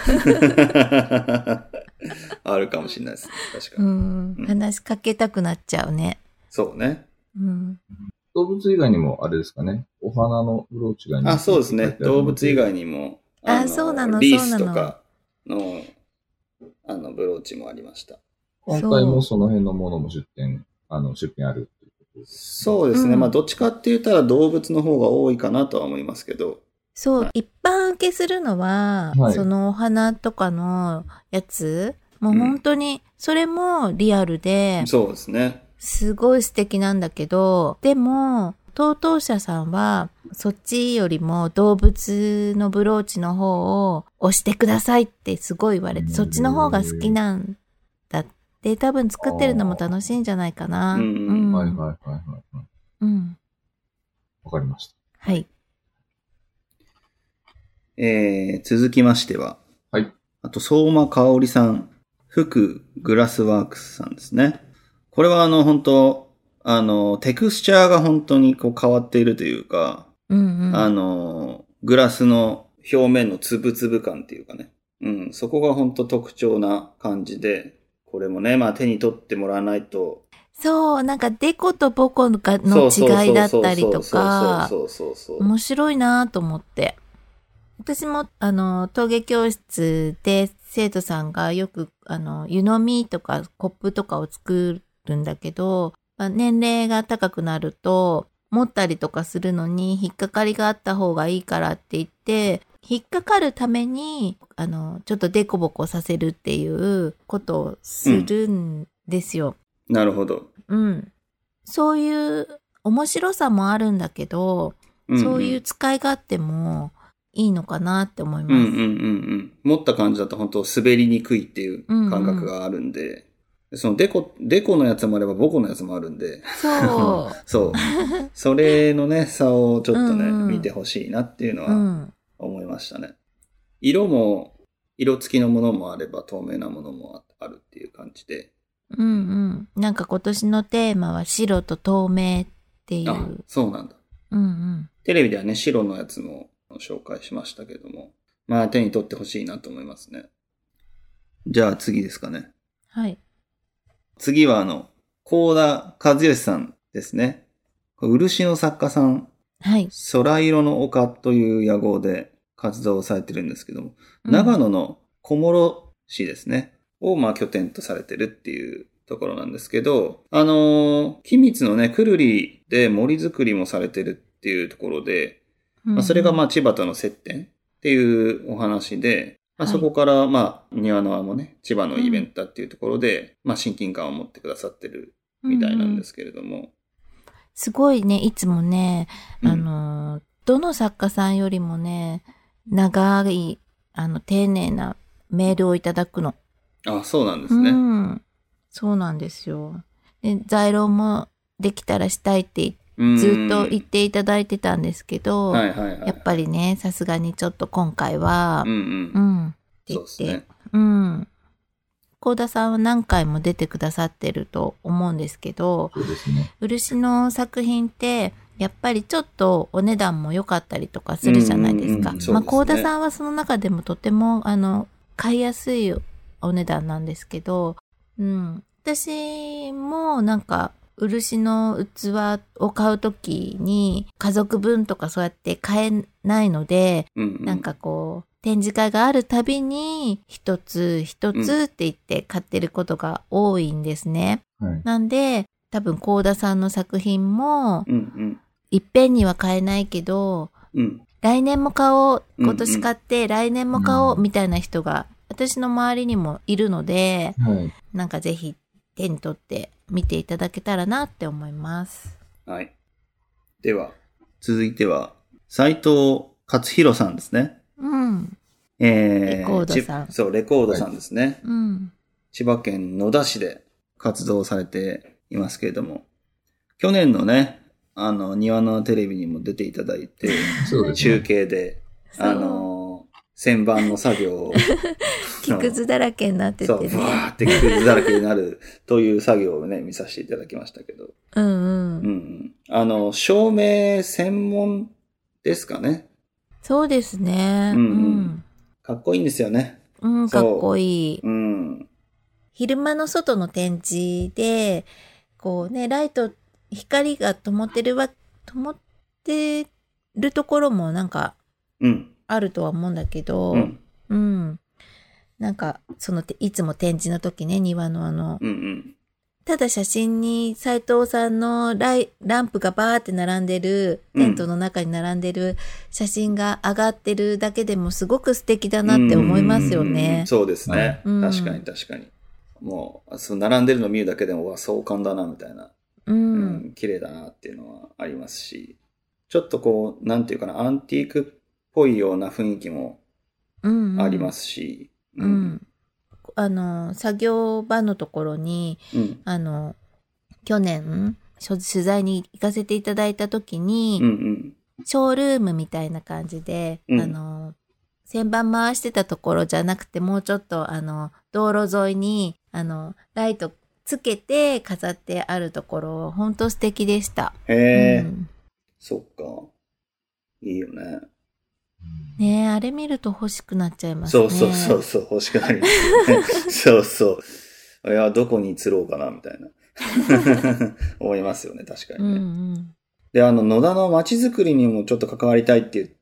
あるかもしれないですね。確かに。 うん。うん、話しかけたくなっちゃうね。 そうね。 うん。 動物以外にもあれですかね。お花のブローチが。 あ、そうですね。動物以外にも。 あ、あそうなの、 リースとかの、あの、ブローチもありました。 今回もその辺のものも出展、あの、出品ある。 そうですね。うん、まあ、どっちかって言ったら動物の方が多いかなとは思いますけど。 そう、はい、一般受けするのは、はい、そのお花とかのやつ、もう本当に、それもリアルで、 うん、そうですね。 すごい素敵なんだけど、でも、 TOTO社さんは、そっちよりも動物のブローチの方を押してくださいってすごい言われて、そっちの方が好きなんだって、多分作ってるのも楽しいんじゃないかな。 うん。うん、はいはいはいはい。 うん。 わかりました。 はい。 えー、続きましては。 はい。 あと、相馬香織さん、福グラスワークスさんですね。これはあの、本当あの、テクスチャーが本当にこう変わっているというか、 うんうん、 あの、グラスの表面のつぶつぶ感っていうかね。うん、そこが本当特徴な感じで、これもね、まあ手に取ってもらわないと。 そう、なんかデコとボコの違いだったりとか、面白いなと思って。私も、あの、陶芸教室で生徒さんがよく、あの、湯飲みとかコップとかを作るんだけど、まあ、年齢が高くなると、持ったりとかするのに引っかかりがあった方がいいからって言って、引っかかるために、あの、ちょっとデコボコさせるっていうことをするんですよ。 うん、なるほど。 うん。そういう面白さもあるんだけど、うんうん、そういう使い勝手もいいのかなって思います。 うんうんうんうん。持った感じだと本当滑りにくいっていう感覚があるんで、うんうん、そのデコ、デコのやつもあればボコのやつもあるんで。 そう。 そう。それのね、差をちょっとね、うんうん、見てほしいなっていうのは思いましたね。うん、色も、色付きのものもあれば透明なものもあるっていう感じで。 うんうん。なんか今年のテーマは白と透明っていう。 あ、そうなんだ。 うんうん。 テレビではね、白のやつも紹介しましたけども。まあ手に取ってほしいなと思いますね。じゃあ次ですかね。 はい。 次はあの、高田和義さんですね。漆の作家さん。 はい。 空色の丘という屋号で活動をされてるんですけども、うん、長野の小諸市ですね。をまあ拠点とされてるっていうところなんですけど、あのー、君津のね、くるりで森作りもされてるっていうところで、うんうん、まあ、それがまあ千葉との接点っていうお話で、まあ、そこからまあ庭の輪もね、千葉のイベントっていうところで、うん、まあ親近感を持ってくださってるみたいなんですけれども。うんうん、 すごいね、いつもね、あのー、どの作家さんよりもね、長い、あの、丁寧なメールをいただくの。 あ、そうなんですね。 うん。そうなんですよ。で、在廊もできたらしたいってずっと言っていただいてたんですけど、 はいはいはい、 やっぱりね、さすがにちょっと今回は、 うんうん。うん、 って言って、 そうですね。 うん。高田さんは何回も出てくださってると思うんですけど、 そうですね。 漆の作品って、やっぱりちょっとお値段も良かったりとかするじゃないですか。うんうんうん、まあ、高田さんはその中でもとても、あの、買いやすいお値段なんですけど、うん。私もなんか、漆の器を買うときに家族分とかそうやって買えないので、 うんうん、 なんかこう、展示会があるたびに一つ一つって言って買ってることが多いんですね。 うんはい、 なんで、多分高田さんの作品も、 うんうん、 いっぺんには買えないけど、 うん、 来年も買おう、今年買って来年も買おうみたいな人が私の周りにもいるので、 はい、 なんかぜひ手に取って見ていただけたらなって思います。 はい。では、続いては、斉藤勝弘さんですね。 うん。 えー、 レコードさん。 そう、レコードさんですね。 はい、うん。 千葉県野田市で活動されていますけれども、去年のね、あの、庭のテレビにも出ていただいて、中継で、あの、旋盤の作業を、 木くずだらけになってて、ね。 そう、わーって木くずだらけになるという作業をね、見させていただきましたけど。 うんうん。 うん。あの、照明専門ですかね。 そうですね。 うん、うん、うん。かっこいいんですよね。 うん、かっこいい。 うん。 昼間の外の展示で、こうね、ライト、光が灯ってるわ、灯ってるところもなんか、 うん。 あるとは思うんだけど、 うん。 うん、なんか、その、いつも展示の時ね、庭のあの、 うんうん、 ただ写真に斉藤さんのライランプがバーって並んでる、テントの中に並んでる写真が上がってるだけでもすごく素敵だなって思いますよね。 うん、そうですね、 うん。 確かに確かに。もう、そう並んでるの見るだけでも、わ、壮観だな、みたいな。 うんうん、綺麗だなっていうのはありますし、ちょっとこう、なんていうかな、アンティークっぽいような雰囲気もありますし、 うん。うんうん、あの、作業場のところに、 うん、 あの、去年、取材に行かせていただいたときに、 うんうん、 ショールームみたいな感じで、 うん、 あの、旋盤回してたところじゃなくて、もうちょっと、あの、道路沿いに、あの、ライトつけて飾ってあるところ、ほんと素敵でした。 へえ、 うん、 そっか。いいよね。 ねえ、あれ見ると欲しくなっちゃいますね。 そうそうそうそう、欲しくなりますよね。そうそう。いや、どこに釣ろうかな、みたいな。思いますよね、確かにね。 うんうん、 で、あの、野田の街づくりにもちょっと関わりたいって言って、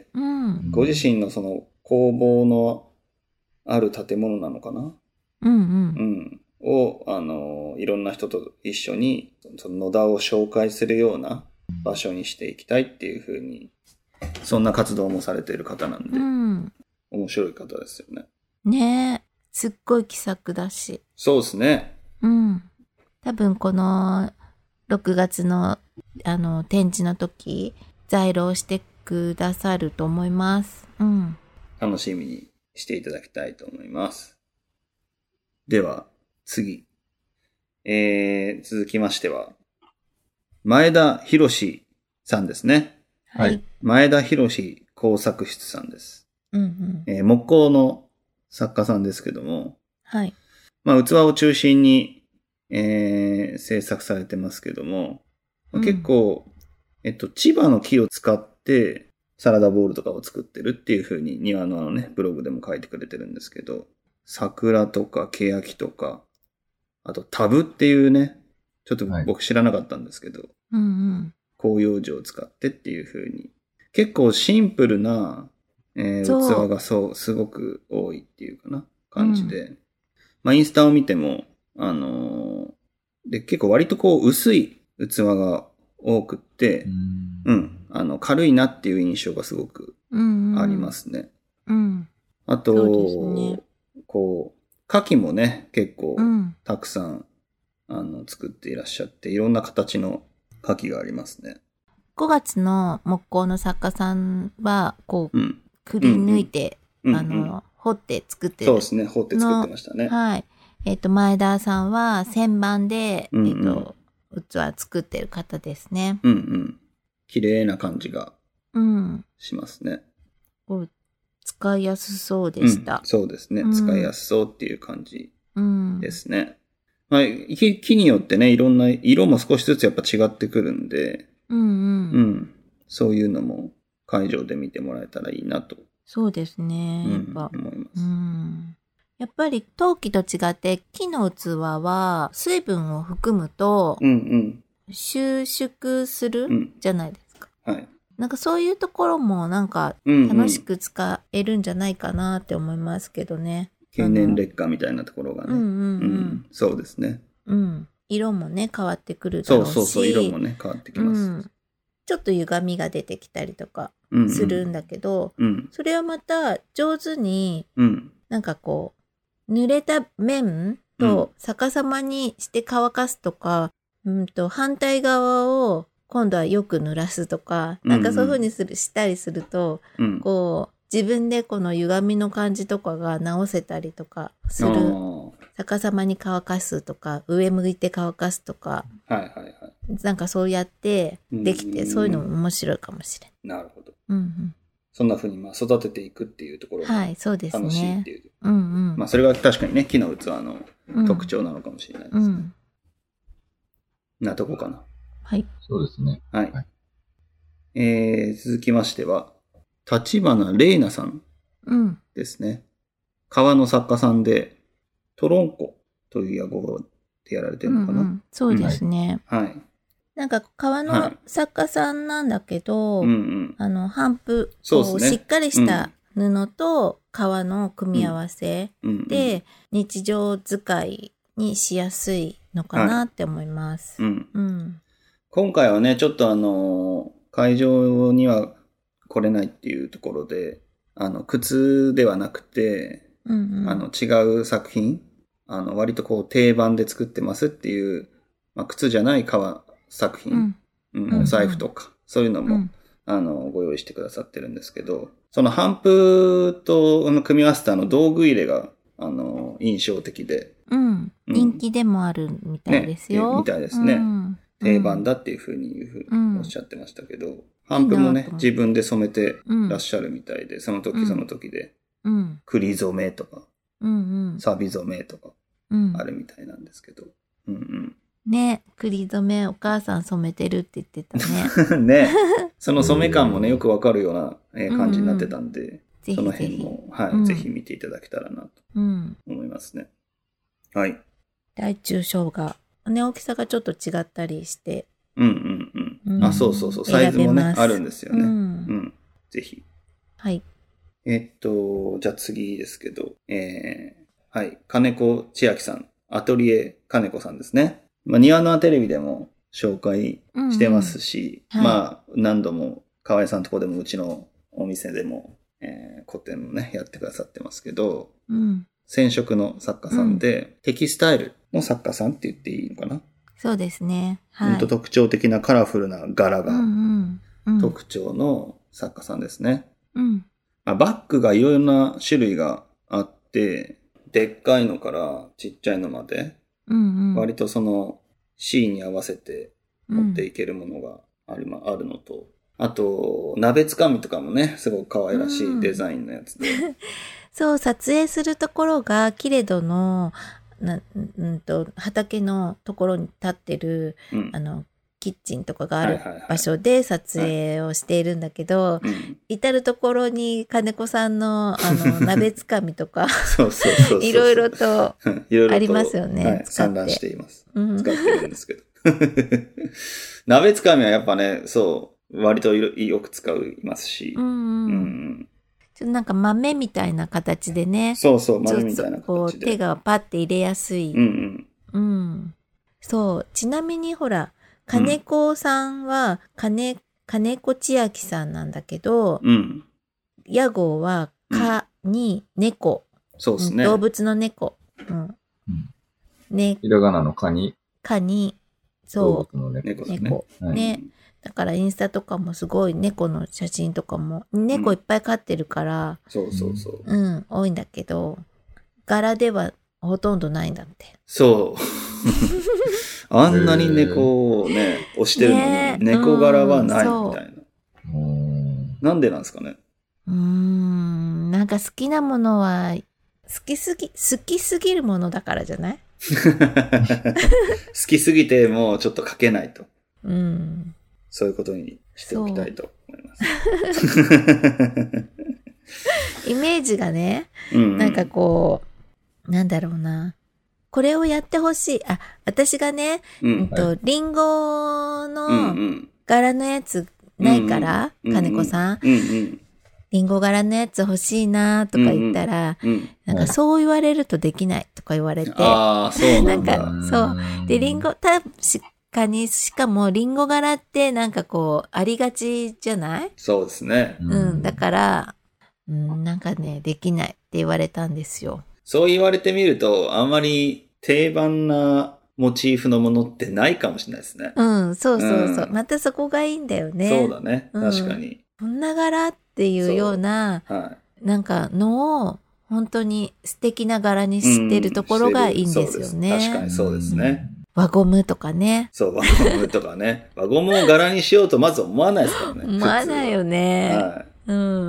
うん、 ご自身のその工房のある建物なのかな、 うんうんうんを、あの、いろんな人と一緒に、その野田を紹介するような場所にしていきたいっていうふうに、そんな活動もされている方なんで、 うん、 面白い方ですよね。 ねえ、すっごい気さくだし。 そうですね。 うん。多分このろくがつのあの展示の時、在廊してくださると思います。うん。 楽しみにしていただきたいと思います。では、次。えー、続きましては、前田博さんですね。 はい。 前田博工作室さんです。 うんうん。 えー、木工の作家さんですけども、 はい。 まあ、器を中心に、えー、制作されてますけども、まあ、結構、えっと、千葉の木を使ってサラダボウルとかを作ってるっていう風に庭のあのね、ブログでも書いてくれてるんですけど、桜とか欅とか、あとタブっていうね、ちょっと僕知らなかったんですけど、はい、 うんうん、 広葉樹を使ってっていう風に、結構シンプルな、えー、器がそう、すごく多いっていうかな、感じで、うん、まあインスタを見ても、あのー、で、結構割とこう薄い器が多くって、うん、うん、あの、軽いなっていう印象がすごくありますね。 うんうん、 あと、そうですね、こう、牡蠣もね、結構たくさん、うん、あの作っていらっしゃって、いろんな形の牡蠣がありますね。 ごがつの木工の作家さんは、こう、うん、くり抜いて、うんうん、あの、うんうん、掘って作ってる。 そうですね、掘って作ってましたね。 はい。えっと、前田さんは旋盤で、うんうん、えっと、器作ってる方ですね。 うんうん。綺麗な感じがしますね。 うん、使いやすそうでした。 うん、そうですね、うん。使いやすそうっていう感じですね。うん、まあ、木, 木によってね、いろんな色も少しずつやっぱ違ってくるんで、 うんうん。 うん。そういうのも会場で見てもらえたらいいなと。 そうですね。やっぱ、 うん、思います。 うんやっぱり陶器と違って木の器は水分を含むと収縮するじゃないですか。 うんうん、はい。 なんかそういうところもなんか楽しく使えるんじゃないかなって思いますけどね。 経年劣化みたいなところがね。 うんうんうん。うん、 そうですね。 うん。色もね変わってくるだろうし。 そうそうそう、色もね変わってきます。うん、 ちょっと歪みが出てきたりとかするんだけど、 うんうん、 それをまた上手に、なんかこう、濡れた面と逆さまにして乾かすとか、うんと反対側を今度はよく濡らすとか、なんかそういう風にする、したりすると、うん、こう自分でこの歪みの感じとかが直せたりとかする。逆さまに乾かすとか、上向いて乾かすとか、 はいはいはい、 なんかそうやってできて、そういうのも面白いかもしれない。 なるほど。 うんうんそんな風にまあ育てていくっていうところが楽しいっていう。 はい、そうですね。うんうん。 まあそれが確かにね、木の器の特徴なのかもしれないですね。うん、なとこかな。 はい。 そうですね。 はい。はい、えー、続きましては、立花玲奈さんですね。うん、革の作家さんで、トロンコという屋号でやられてるのかな、うんうん、 そうですね。 はい。はいなんか革の作家さんなんだけど、 はいうんうん、 あの、帆布、そうですね、しっかりした布と革の組み合わせで、日常使いにしやすいのかなって思います。 はいうんうん、今回はね、ちょっとあの、会場には来れないっていうところで、あの、靴ではなくて、 うんうん、 あの、違う作品、あの、割とこう定番で作ってますっていうまあ、靴じゃない革作品、うんうん、お財布とか、そういうのも、うん、あの、ご用意してくださってるんですけど、その帆布との組み合わせたあの道具入れが、あの、印象的で。 うん。うん、人気でもあるみたいですよ。 ね、みたいですね、うん。定番だっていうふうに言うふうにおっしゃってましたけど、帆布もね、自分で染めてらっしゃるみたいで、その時その時で、うん、栗染めとか、うんうん、錆染めとか、あるみたいなんですけど。うんうん、 ね、栗染めお母さん染めてるって言ってたね。 ね。その染め感もね、よくわかるような感じになってたんで、うんうん、その辺も、はい、うん、ぜひ見ていただけたらなと思いますね。うん、はい。 大中小が、ね、大きさがちょっと違ったりして。 うんうんうん。うん、あ、そうそうそう。サイズもね、あるんですよね。うん。うん、ぜひ。 はい。 えっと、じゃあ次ですけど、えー、はい。金子千秋さん。アトリエ金子さんですね。まあ、庭のテレビでも紹介してますし、うんうんはい、まあ、何度も河合さんのとこでもうちのお店でも、えー、個展もね、やってくださってますけど、うん、染色の作家さんで、うん、テキスタイルの作家さんって言っていいのかな？ そうですね。はい。 ほんと特徴的なカラフルな柄が特徴の作家さんですね。うん。まあ、バッグがいろいろな種類があって、でっかいのからちっちゃいのまで、うんうん、割とそのシーンに合わせて持っていけるものがある、うん、あるのと、あと、鍋つかみとかもね、すごく可愛らしいデザインのやつで。うん、 そう、撮影するところが、キレドの、なうんと、畑のところに立ってる、うん、あの、キッチンとかがある場所で撮影をしているんだけど、はいはいはい、至るところに金子さんのあの鍋つかみとかいろいろとありますよね。 はい、散乱しています。使ってるんですけど。鍋つかみはやっぱね、そう割とよく使いますし、うんうんうんちょっとなんか豆みたいな形でね、 そうそう豆みたいな形で、こう手がパッて入れやすい。うんうん。うん。そうちなみにほら。金子さんは、金、金子千秋さんなんだけど、うん、屋号は、かに、猫。 そうですね。 動物の猫。うん。 ね。ひらがなのかに。 かに、そう。 動物の猫。 猫。ね。ねだからインスタとかもすごい猫の写真とかも、猫いっぱい飼ってるから、 うん、そうそうそう。 うん、多いんだけど、柄ではほとんどないんだって。 そう。あんなに猫をね、推してるのに、ね、猫柄はないみたいな、うん。なんでなんですかね。 うーん、なんか好きなものは、好きすぎ、好きすぎるものだからじゃない？ 好きすぎてもうちょっと書けないと。 うん。 そういうことにしておきたいと思います。 イメージがね、うんうん、なんかこう、なんだろうな。これをやってほしい。あ、私がね、うん、とリンゴの柄のやつないから、うんうん、金子さん、うんうん。リンゴ柄のやつ欲しいなとか言ったら、うんうん、なんかそう言われるとできないとか言われて。 ああ、そうなんだ。 なんか、そう。で、リンゴ、たしかに、しかもリンゴ柄ってなんかこう、ありがちじゃない？ そうですね。 うん、だから、うん、なんかね、できないって言われたんですよ。 そう言われてみると、あんまり、定番なモチーフのものってないかもしれないですね。 うん、そうそうそう。うん、またそこがいいんだよね。 そうだね。確かに。うん、 こんな柄っていうような、はい、なんかのを本当に素敵な柄にしてるところがいいんですよね。 うん、確かにそうですね、 うん。輪ゴムとかね。 そう、輪ゴムとかね。輪ゴムを柄にしようとまず思わないですからね。 思わないよね。 はい。うん。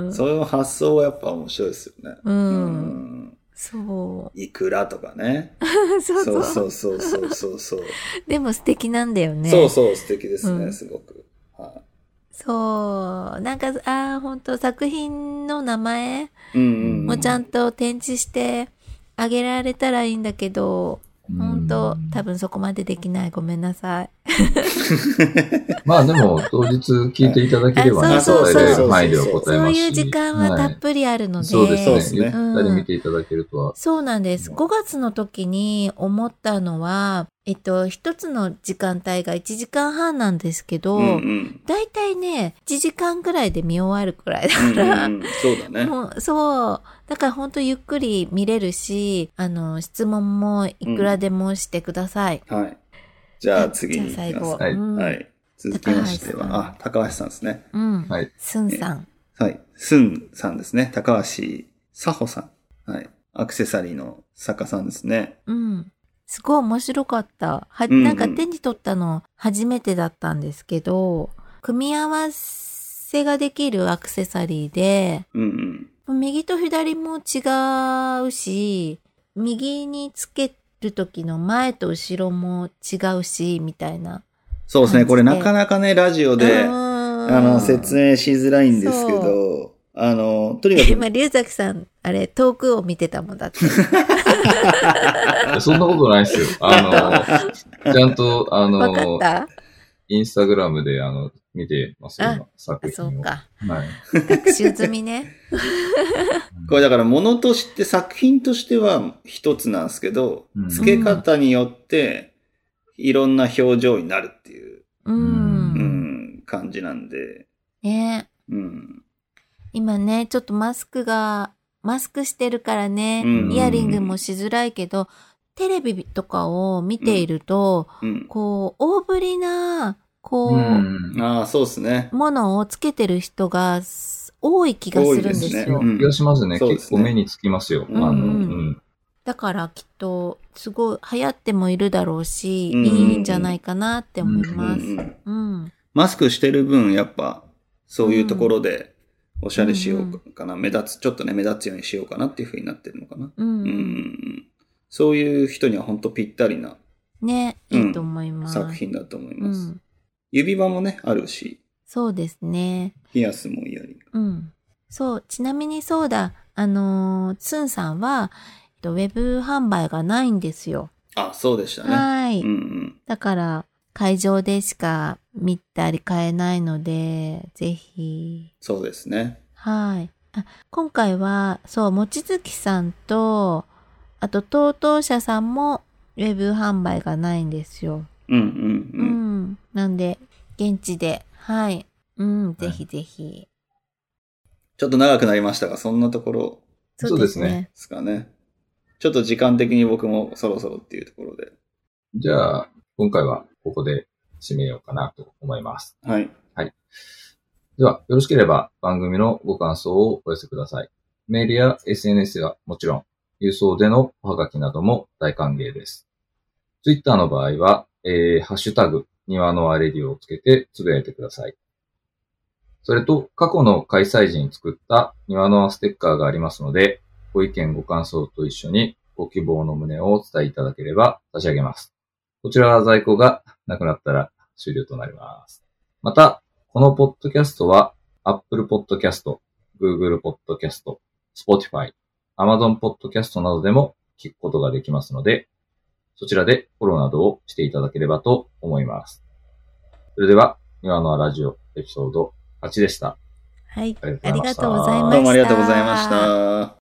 そういう発想はやっぱ面白いですよね。 うん。うんそう。 いくらとかね。 そうそう。 そうそうそうそうそう。 でも素敵なんだよね。 そうそう、素敵ですね、うん、すごく。はい、 そう。なんか、ああ、本当作品の名前もちゃんと展示してあげられたらいいんだけど、本当多分そこまでできない。ごめんなさい。 まあでも、当日聞いていただければね、 そうそうそう。 範囲では答えますし。 そういう時間はたっぷりあるので。 はい、そうですね。ゆったり見ていただけるとは、 うん。そうなんです。ごがつの時に思ったのは、えっと、一つの時間帯がいちじかんはんなんですけど、うんうん、だいたいね、いちじかんぐらいで見終わるくらいだから、 うんうん、そうだね。 もうそう。だから本当ゆっくり見れるし、あの、質問もいくらでもしてください。 うん、はい。 じゃあ次にじゃあ最後。 行きます。 はい。 うん、 はい。続きましては、あ、高橋さんですね。 うん。 はい。 スンさん。 はい。スンさんですね。高橋佐穂さん。はい。アクセサリーの作家さんですね。 うん。すごい面白かった。は、 うんうん、 なんか手に取ったの初めてだったんですけど、組み合わせができるアクセサリーで、 うんうん、 右と左も違うし、右につける時の前と後ろも違うし、みたいな。 そうですね。これなかなかね、ラジオで、あの、説明しづらいんですけど、あの、とにかく。 今、龍崎さん、あれ、遠くを見てたもんだって。 そんなことないですよ。あの、ちゃんと、あの、 わかったインスタグラムで、あの、見てますよ、今、作品を。 そうか。 はい。 学習済みね。 これだから、ものとして、作品としては一つなんですけど、うん、付け方によって、いろんな表情になるっていう、 うん、 うん、感じなんで。 ね、 うん、 今ね、ちょっとマスクが、マスクしてるからね、うん、イヤリングもしづらいけど、テレビとかを見ていると、うん、こう、大ぶりな、こう、うん、 ああ、そうですね。 ものをつけてる人が多い気がするんですよ。 ね、うん、気がしますね。結構目につきますよ。 うん、 あの、うん、だからきっと、すごい流行ってもいるだろうし、うん、いいんじゃないかなって思います。うんうん、マスクしてる分、やっぱ、そういうところで、おしゃれしようかな、うんうん、目立つ、ちょっとね、目立つようにしようかなっていう風になってるのかな。 うんうんうん、そういう人には本当ぴったりな。 ね、いいと思います。 作品だと思います。うん、指輪もね、あるし。 そうですね。 ピアスもイヤリング。 うん。そう、ちなみにそうだ、あのー、ツンさんは、ウェブ販売がないんですよ。 あ、そうでしたね。 はい。 うんうん、 だから、会場でしか見たり買えないので、ぜひ。 そうですね。 はい。あ、今回は、そう、もちづきさんと、あと、とうとう社さんも、ウェブ販売がないんですよ。 うんうんうん。 うん。なんで、現地で、はい。うん、ぜひぜひ。 ちょっと長くなりましたが、そんなところ。 そうですね。 ですかね。ちょっと時間的に僕もそろそろっていうところで。 じゃあ、今回はここで締めようかなと思います。 はい。 はい。では、よろしければ番組のご感想をお寄せください。メールや エスエヌエス はもちろん、郵送でのおはがきなども大歓迎です。ツイッターの場合は、えー、ハッシュタグ、庭のあレディオをつけてつぶやいてください。それと、過去の開催時に作った庭のあステッカーがありますので、ご意見ご感想と一緒にご希望の旨をお伝えいただければ差し上げます。こちらは在庫がなくなったら終了となります。また、このポッドキャストは Apple Podcast、Google Podcast、Spotify、Amazon Podcast などでも聞くことができますので、そちらでフォローなどをしていただければと思います。それでは、庭のあラジオエピソードはちでした。 はい。ありがとうございました。 どうもありがとうございました。